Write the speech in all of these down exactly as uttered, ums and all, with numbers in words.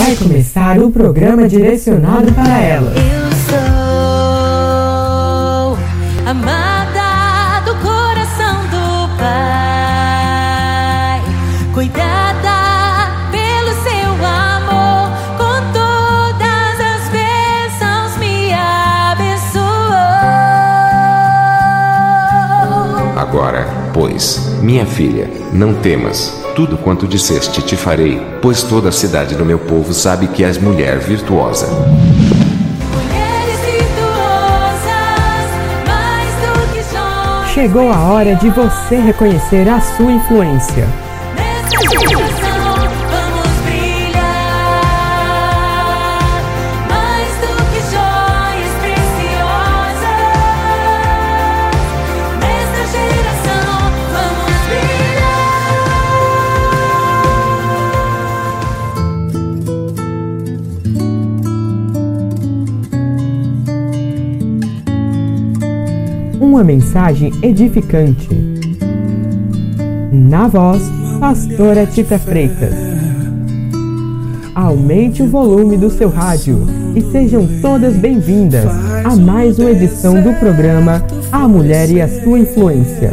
Vai começar o programa direcionado para ela. Eu sou amada do coração do Pai, cuidada pelo seu amor, com todas as bênçãos me abençoou. Agora, pois, minha filha, não temas. Tudo quanto disseste te farei, pois toda a cidade do meu povo sabe que és mulher virtuosa. Mulheres virtuosas, mais do que joias. Chegou a hora de você reconhecer a sua influência. Nessa geração vamos brilhar, mais do que joias preciosas. Nessa geração vamos brilhar. Uma mensagem edificante. Na voz, Pastora Tita Freitas. Aumente o volume do seu rádio e sejam todas bem-vindas a mais uma edição do programa A Mulher e a Sua Influência.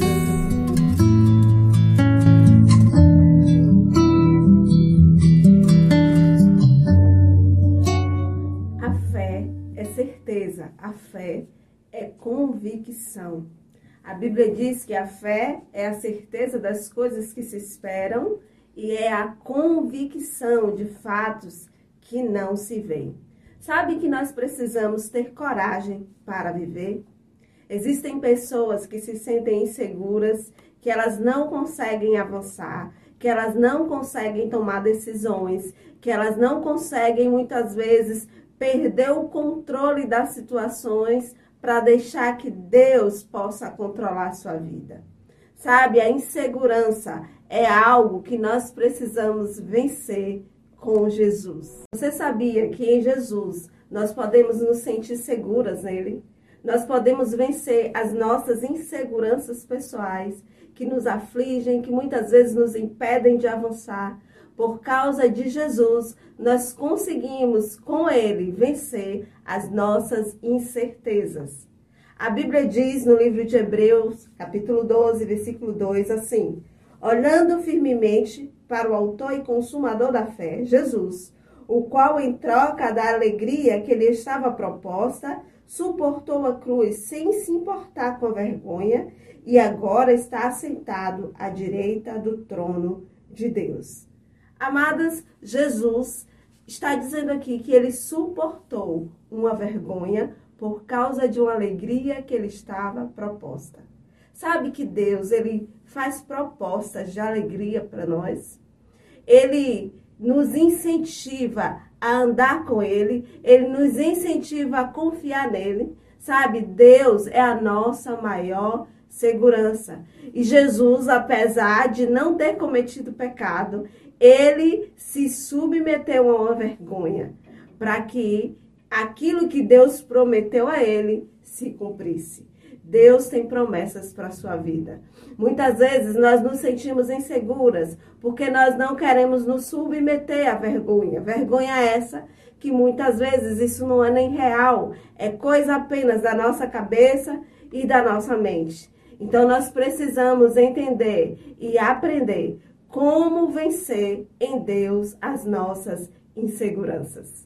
A fé é certeza, a fé é convicção. A Bíblia diz que a fé é a certeza das coisas que se esperam e é a convicção de fatos que não se veem. Sabe que nós precisamos ter coragem para viver? Existem pessoas que se sentem inseguras, que elas não conseguem avançar, que elas não conseguem tomar decisões, que elas não conseguem muitas vezes perder o controle das situações para deixar que Deus possa controlar a sua vida. Sabe, a insegurança é algo que nós precisamos vencer com Jesus. Você sabia que em Jesus nós podemos nos sentir seguras nele? Nós podemos vencer as nossas inseguranças pessoais que nos afligem, que muitas vezes nos impedem de avançar. Por causa de Jesus, nós conseguimos, com Ele, vencer as nossas incertezas. A Bíblia diz no livro de Hebreus, capítulo doze, versículo dois, assim: olhando firmemente para o autor e consumador da fé, Jesus, o qual, em troca da alegria que lhe estava proposta, suportou a cruz sem se importar com a vergonha e agora está assentado à direita do trono de Deus. Amadas, Jesus está dizendo aqui que ele suportou uma vergonha por causa de uma alegria que ele estava proposta. Sabe que Deus, ele faz propostas de alegria para nós? Ele nos incentiva a andar com ele, ele nos incentiva a confiar nele. Sabe, Deus é a nossa maior segurança. E Jesus, apesar de não ter cometido pecado, ele se submeteu a uma vergonha para que aquilo que Deus prometeu a ele se cumprisse. Deus tem promessas para a sua vida. Muitas vezes nós nos sentimos inseguras porque nós não queremos nos submeter à vergonha. Vergonha essa que muitas vezes isso não é nem real, é coisa apenas da nossa cabeça e da nossa mente. Então nós precisamos entender e aprender como vencer em Deus as nossas inseguranças.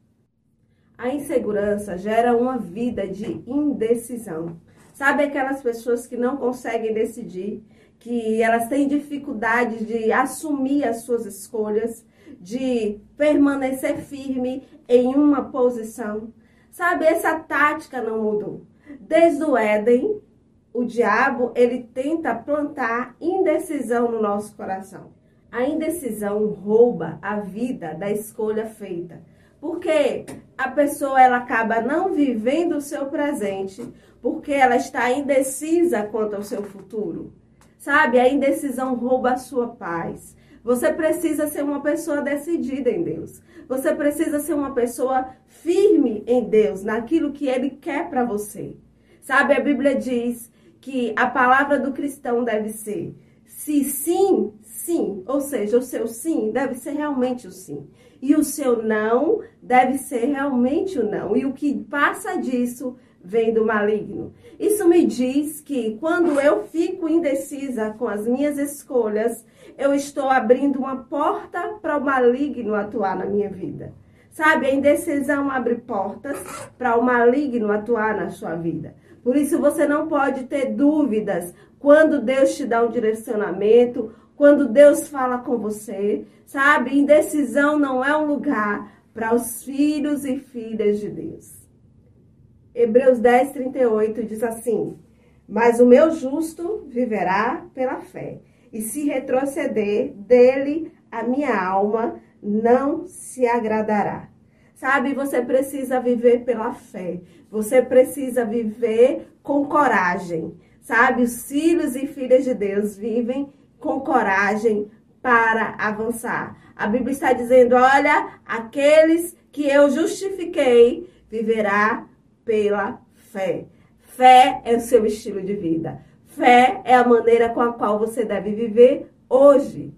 A insegurança gera uma vida de indecisão. Sabe aquelas pessoas que não conseguem decidir, que elas têm dificuldade de assumir as suas escolhas, de permanecer firme em uma posição? Sabe, essa tática não mudou. Desde o Éden, o diabo, ele tenta plantar indecisão no nosso coração. A indecisão rouba a vida da escolha feita. Porque a pessoa ela acaba não vivendo o seu presente, porque ela está indecisa quanto ao seu futuro. Sabe, a indecisão rouba a sua paz. Você precisa ser uma pessoa decidida em Deus. Você precisa ser uma pessoa firme em Deus, naquilo que Ele quer para você. Sabe, a Bíblia diz que a palavra do cristão deve ser se sim, sim. Ou seja, o seu sim deve ser realmente o sim. E o seu não deve ser realmente o não. E o que passa disso vem do maligno. Isso me diz que quando eu fico indecisa com as minhas escolhas, eu estou abrindo uma porta para o maligno atuar na minha vida. Sabe, a indecisão abre portas para o maligno atuar na sua vida. Por isso você não pode ter dúvidas quando Deus te dá um direcionamento, quando Deus fala com você. Sabe, indecisão não é um lugar para os filhos e filhas de Deus. Hebreus dez, trinta e oito diz assim: mas o meu justo viverá pela fé, e se retroceder dele a minha alma não se agradará. Sabe, você precisa viver pela fé, você precisa viver com coragem. Sabe, os filhos e filhas de Deus vivem com coragem para avançar. A Bíblia está dizendo, olha, aqueles que eu justifiquei viverá pela fé. Fé é o seu estilo de vida. Fé é a maneira com a qual você deve viver hoje.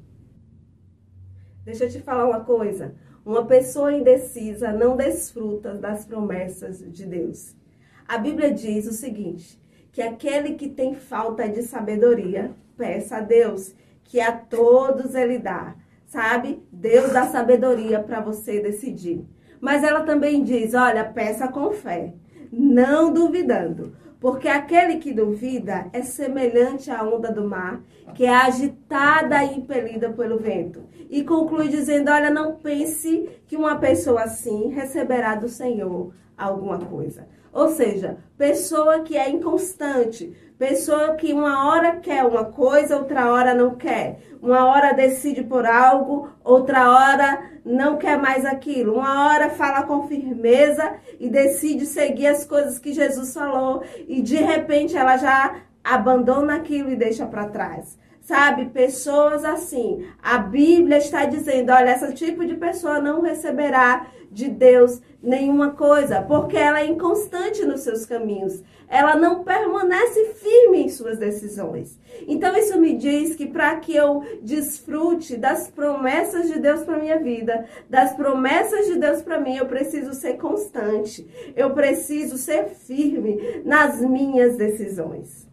Deixa eu te falar uma coisa. Uma pessoa indecisa não desfruta das promessas de Deus. A Bíblia diz o seguinte, que aquele que tem falta de sabedoria, peça a Deus, que a todos ele dá. Sabe? Deus dá sabedoria para você decidir. Mas ela também diz, olha, peça com fé, não duvidando. Porque aquele que duvida é semelhante à onda do mar, que é agitada e impelida pelo vento. E conclui dizendo, olha, não pense que uma pessoa assim receberá do Senhor alguma coisa. Ou seja, pessoa que é inconstante, pessoa que uma hora quer uma coisa, outra hora não quer. Uma hora decide por algo, outra hora não quer mais aquilo. Uma hora fala com firmeza e decide seguir as coisas que Jesus falou. E de repente ela já abandona aquilo e deixa para trás. Sabe, pessoas assim, a Bíblia está dizendo, olha, esse tipo de pessoa não receberá de Deus nenhuma coisa, porque ela é inconstante nos seus caminhos, ela não permanece firme em suas decisões. Então isso me diz que para que eu desfrute das promessas de Deus para minha vida, das promessas de Deus para mim, eu preciso ser constante, eu preciso ser firme nas minhas decisões.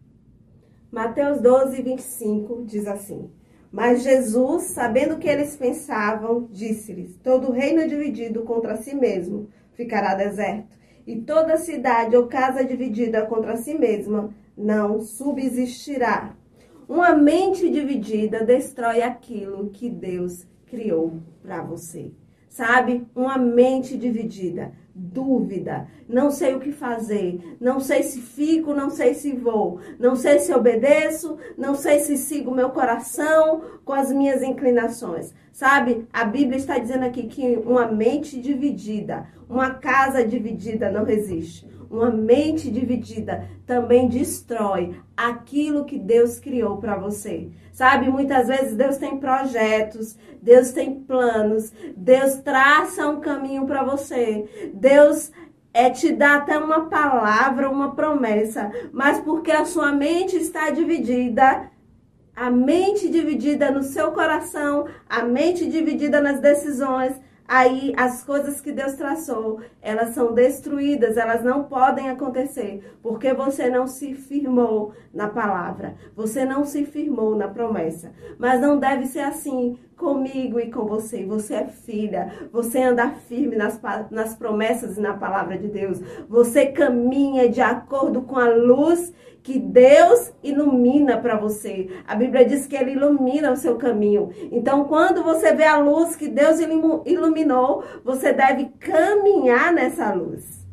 Mateus doze, vinte e cinco diz assim, mas Jesus, sabendo o que eles pensavam, disse-lhes, todo reino dividido contra si mesmo ficará deserto, e toda cidade ou casa dividida contra si mesma não subsistirá. Uma mente dividida destrói aquilo que Deus criou para você. Sabe? Uma mente dividida, dúvida, não sei o que fazer, não sei se fico, não sei se vou, não sei se obedeço, não sei se sigo meu coração com as minhas inclinações. Sabe? A Bíblia está dizendo aqui que uma mente dividida, uma casa dividida não resiste. Uma mente dividida também destrói aquilo que Deus criou para você. Sabe, muitas vezes Deus tem projetos, Deus tem planos, Deus traça um caminho para você. Deus é, te dá até uma palavra, uma promessa, mas porque a sua mente está dividida, a mente dividida no seu coração, a mente dividida nas decisões, aí as coisas que Deus traçou, elas são destruídas, elas não podem acontecer, porque você não se firmou na palavra, você não se firmou na promessa. Mas não deve ser assim comigo e com você. Você é filha, você anda firme nas, nas promessas e na palavra de Deus. Você caminha de acordo com a luz que Deus ilumina para você. A Bíblia diz que Ele ilumina o seu caminho. Então, quando você vê a luz que Deus iluminou, você deve caminhar nessa luz.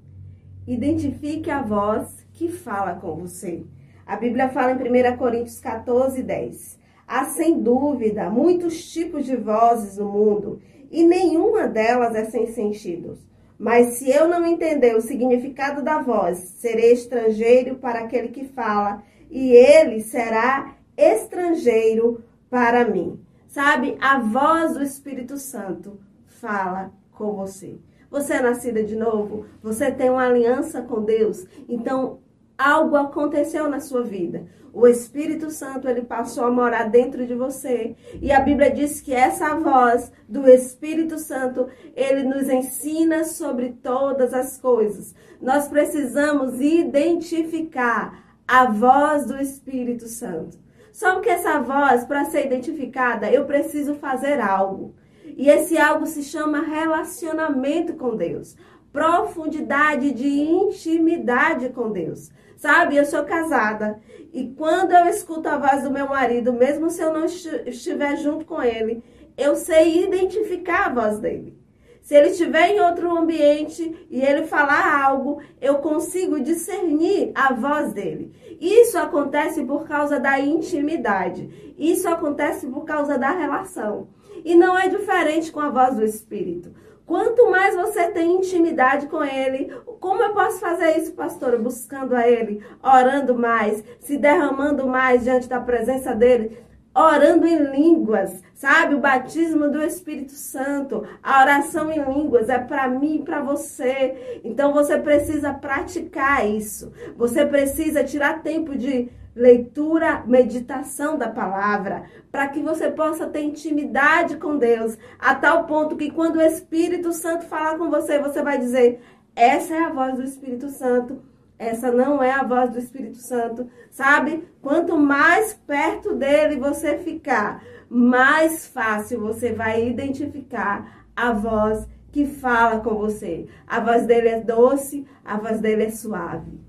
Identifique a voz que fala com você. A Bíblia fala em primeira Coríntios quatorze, dez. Há, sem dúvida, muitos tipos de vozes no mundo, e nenhuma delas é sem sentido. Mas se eu não entender o significado da voz, serei estrangeiro para aquele que fala, e ele será estrangeiro para mim. Sabe, a voz do Espírito Santo fala com você. Você é nascida de novo, você tem uma aliança com Deus, então algo aconteceu na sua vida. O Espírito Santo, ele passou a morar dentro de você. E a Bíblia diz que essa voz do Espírito Santo, ele nos ensina sobre todas as coisas. Nós precisamos identificar a voz do Espírito Santo. Só que essa voz, para ser identificada, eu preciso fazer algo. E esse algo se chama relacionamento com Deus. Profundidade de intimidade com Deus. Sabe, eu sou casada e quando eu escuto a voz do meu marido, mesmo se eu não estiver junto com ele, eu sei identificar a voz dele. Se ele estiver em outro ambiente e ele falar algo, eu consigo discernir a voz dele. Isso acontece por causa da intimidade. Isso acontece por causa da relação. E não é diferente com a voz do Espírito. Quanto mais você tem intimidade com ele, como eu posso fazer isso, pastora? Buscando a ele, orando mais, se derramando mais diante da presença dele, orando em línguas, sabe? O batismo do Espírito Santo, a oração em línguas é para mim e para você. Então você precisa praticar isso. Você precisa tirar tempo de leitura, meditação da palavra, para que você possa ter intimidade com Deus, a tal ponto que quando o Espírito Santo falar com você, você vai dizer, essa é a voz do Espírito Santo, essa não é a voz do Espírito Santo, sabe? Quanto mais perto dele você ficar, mais fácil você vai identificar a voz que fala com você. A voz dele é doce, a voz dele é suave.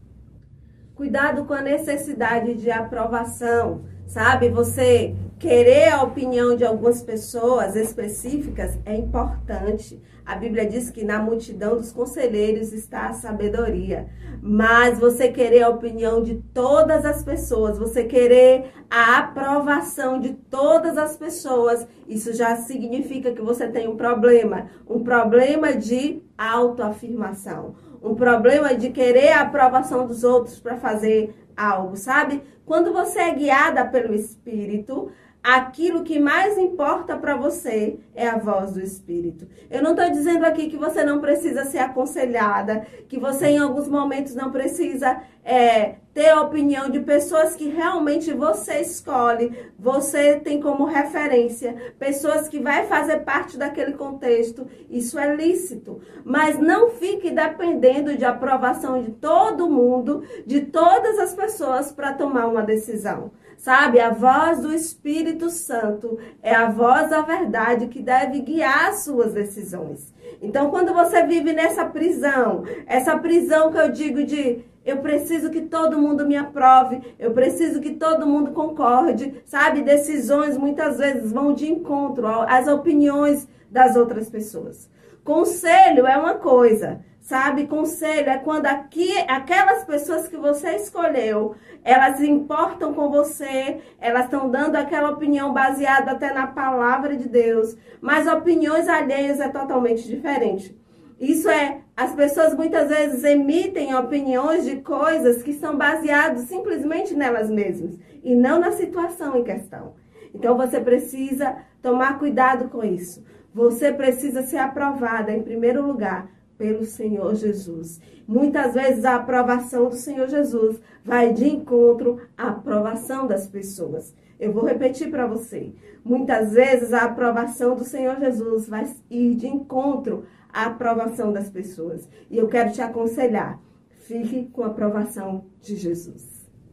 Cuidado com a necessidade de aprovação, sabe? Você querer a opinião de algumas pessoas específicas é importante. A Bíblia diz que na multidão dos conselheiros está a sabedoria. Mas você querer a opinião de todas as pessoas, você querer a aprovação de todas as pessoas, isso já significa que você tem um problema. Um problema de autoafirmação. Um problema de querer a aprovação dos outros para fazer algo, sabe? Quando você é guiada pelo Espírito, aquilo que mais importa para você é a voz do Espírito. Eu não estou dizendo aqui que você não precisa ser aconselhada, que você em alguns momentos não precisa é, ter a opinião de pessoas que realmente você escolhe, você tem como referência, pessoas que vai fazer parte daquele contexto. Isso é lícito, mas não fique dependendo de aprovação de todo mundo, de todas as pessoas para tomar uma decisão. Sabe, a voz do Espírito Santo é a voz da verdade que deve guiar as suas decisões. Então, quando você vive nessa prisão, essa prisão que eu digo de eu preciso que todo mundo me aprove, eu preciso que todo mundo concorde, sabe? Decisões muitas vezes vão de encontro às opiniões das outras pessoas. Conselho é uma coisa, sabe? Conselho é quando aqui, aquelas pessoas que você escolheu, elas se importam com você, elas estão dando aquela opinião baseada até na palavra de Deus, mas opiniões alheias é totalmente diferente. Isso é, as pessoas muitas vezes emitem opiniões de coisas que são baseadas simplesmente nelas mesmas e não na situação em questão. Então você precisa tomar cuidado com isso. Você precisa ser aprovada em primeiro lugar pelo Senhor Jesus. Muitas vezes a aprovação do Senhor Jesus vai de encontro à aprovação das pessoas. Eu vou repetir para você. Muitas vezes a aprovação do Senhor Jesus vai ir de encontro à aprovação das pessoas. E eu quero te aconselhar, fique com a aprovação de Jesus.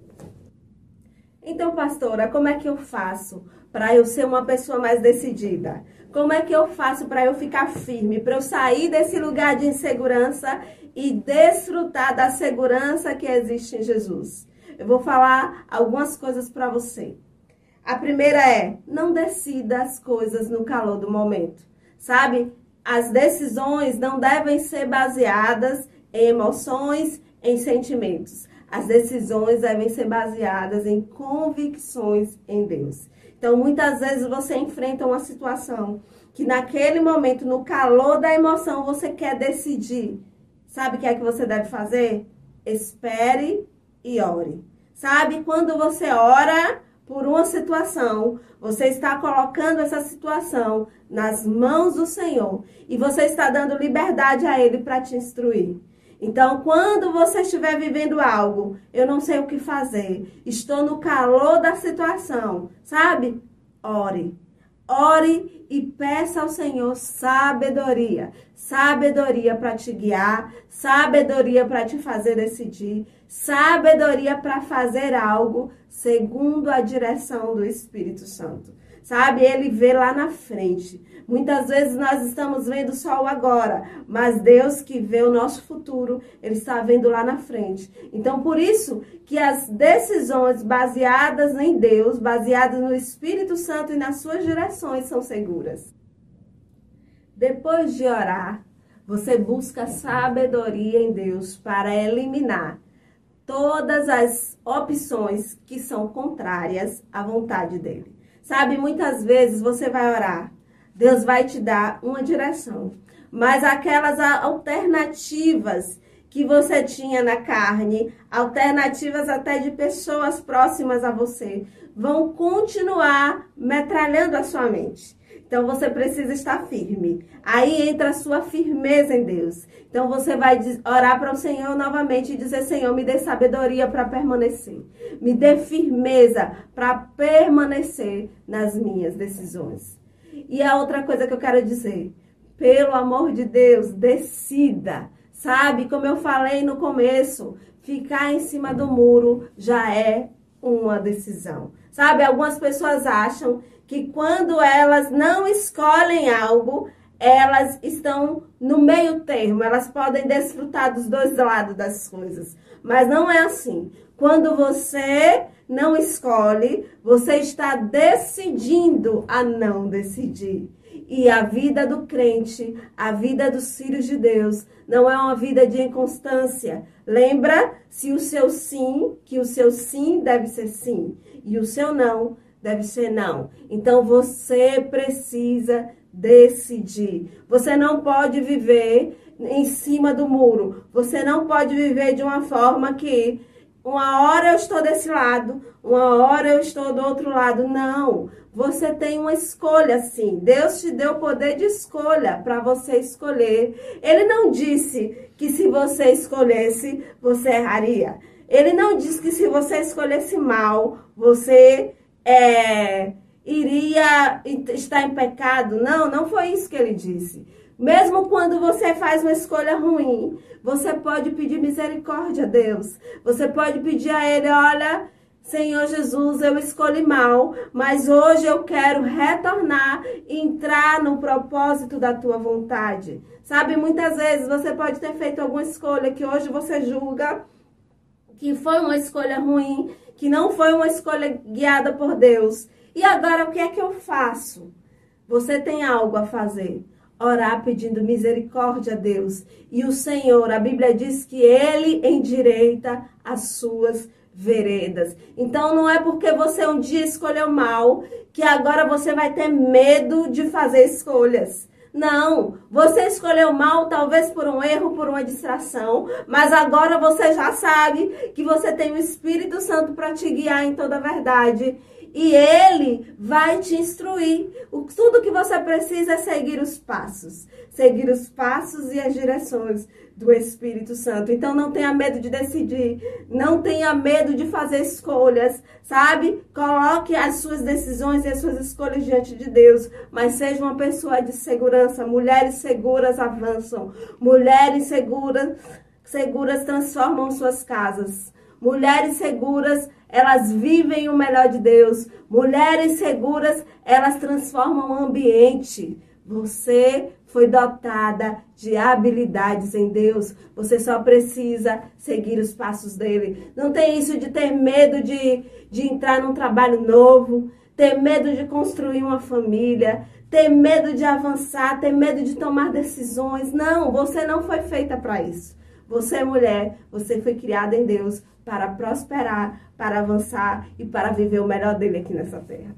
Então, pastora, como é que eu faço para eu ser uma pessoa mais decidida? Como é que eu faço para eu ficar firme, para eu sair desse lugar de insegurança e desfrutar da segurança que existe em Jesus? Eu vou falar algumas coisas para você. A primeira é, não decida as coisas no calor do momento. Sabe, as decisões não devem ser baseadas em emoções, em sentimentos. As decisões devem ser baseadas em convicções em Deus. Então, muitas vezes você enfrenta uma situação que naquele momento, no calor da emoção, você quer decidir. Sabe o que é que você deve fazer? Espere e ore. Sabe, quando você ora por uma situação, você está colocando essa situação nas mãos do Senhor e você está dando liberdade a Ele para te instruir. Então, quando você estiver vivendo algo, eu não sei o que fazer, estou no calor da situação, sabe? Ore. Ore e peça ao Senhor sabedoria. Sabedoria para te guiar, sabedoria para te fazer decidir, sabedoria para fazer algo segundo a direção do Espírito Santo. Sabe, ele vê lá na frente. Muitas vezes nós estamos vendo só o agora, mas Deus que vê o nosso futuro, ele está vendo lá na frente. Então, por isso que as decisões baseadas em Deus, baseadas no Espírito Santo e nas suas direções são seguras. Depois de orar, você busca sabedoria em Deus para eliminar todas as opções que são contrárias à vontade dele. Sabe, muitas vezes você vai orar, Deus vai te dar uma direção, mas aquelas alternativas que você tinha na carne, alternativas até de pessoas próximas a você, vão continuar metralhando a sua mente. Então, você precisa estar firme. Aí entra a sua firmeza em Deus. Então, você vai orar para o Senhor novamente e dizer, Senhor, me dê sabedoria para permanecer. Me dê firmeza para permanecer nas minhas decisões. E a outra coisa que eu quero dizer, pelo amor de Deus, decida. Sabe, como eu falei no começo, ficar em cima do muro já é uma decisão. Sabe, algumas pessoas acham que quando elas não escolhem algo, elas estão no meio termo, elas podem desfrutar dos dois lados das coisas. Mas não é assim. Quando você não escolhe, você está decidindo a não decidir. E a vida do crente, a vida dos filhos de Deus, não é uma vida de inconstância. Lembra? Se o seu sim, que o seu sim deve ser sim, e o seu não deve ser não. Então você precisa decidir. Você não pode viver em cima do muro. Você não pode viver de uma forma que uma hora eu estou desse lado, uma hora eu estou do outro lado. Não. Você tem uma escolha, sim. Deus te deu o poder de escolha para você escolher. Ele não disse que se você escolhesse, você erraria. Ele não disse que se você escolhesse mal, você é, iria estar em pecado. Não, não foi isso que ele disse. Mesmo quando você faz uma escolha ruim, você pode pedir misericórdia a Deus. Você pode pedir a Ele, olha, Senhor Jesus, eu escolhi mal, mas hoje eu quero retornar e entrar no propósito da Tua vontade. Sabe, muitas vezes você pode ter feito alguma escolha que hoje você julga que foi uma escolha ruim, que não foi uma escolha guiada por Deus. E agora o que é que eu faço? Você tem algo a fazer. Orar pedindo misericórdia a Deus. E o Senhor, a Bíblia diz que Ele endireita as suas veredas. Então não é porque você um dia escolheu mal que agora você vai ter medo de fazer escolhas. Não, você escolheu mal talvez por um erro, por uma distração, mas agora você já sabe que você tem o Espírito Santo para te guiar em toda a verdade. E Ele vai te instruir. O, tudo que você precisa é seguir os passos. Seguir os passos e as direções do Espírito Santo. Então não tenha medo de decidir. Não tenha medo de fazer escolhas. Sabe? Coloque as suas decisões e as suas escolhas diante de Deus. Mas seja uma pessoa de segurança. Mulheres seguras avançam. Mulheres seguras, seguras transformam suas casas. Mulheres seguras, elas vivem o melhor de Deus. Mulheres seguras, elas transformam o ambiente. Você foi dotada de habilidades em Deus. Você só precisa seguir os passos dele. Não tem isso de ter medo de, de entrar num trabalho novo, ter medo de construir uma família, ter medo de avançar, ter medo de tomar decisões. Não, você não foi feita para isso. Você é mulher, você foi criada em Deus para prosperar, para avançar e para viver o melhor dele aqui nessa terra.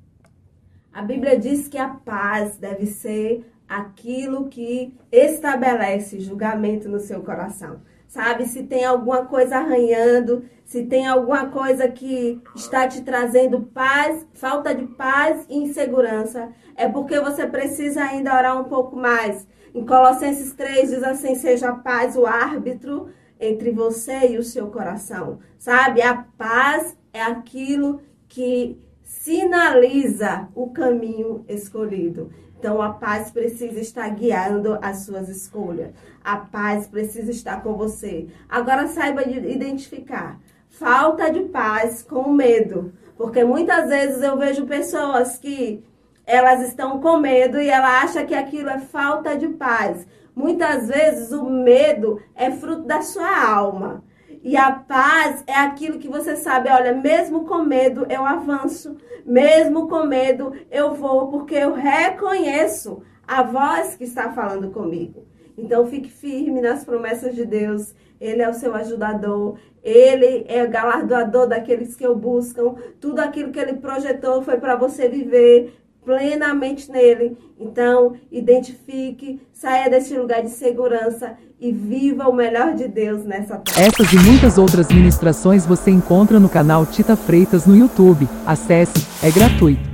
A Bíblia diz que a paz deve ser aquilo que estabelece julgamento no seu coração. Sabe, se tem alguma coisa arranhando, se tem alguma coisa que está te trazendo paz, falta de paz e insegurança, é porque você precisa ainda orar um pouco mais. Em Colossenses três diz assim, seja a paz o árbitro entre você e o seu coração. Sabe, a paz é aquilo que sinaliza o caminho escolhido. Então, a paz precisa estar guiando as suas escolhas. A paz precisa estar com você. Agora, saiba identificar falta de paz com medo. Porque muitas vezes eu vejo pessoas que elas estão com medo e ela acha que aquilo é falta de paz. Muitas vezes o medo é fruto da sua alma. E a paz é aquilo que você sabe, olha, mesmo com medo eu avanço, mesmo com medo eu vou, porque eu reconheço a voz que está falando comigo. Então fique firme nas promessas de Deus, Ele é o seu ajudador, Ele é o galardoador daqueles que o buscam, tudo aquilo que Ele projetou foi para você viver plenamente nele. Então, identifique, saia desse lugar de segurança e viva o melhor de Deus nessa terra. Essas e muitas outras ministrações você encontra no canal Tita Freitas no YouTube. Acesse, é gratuito.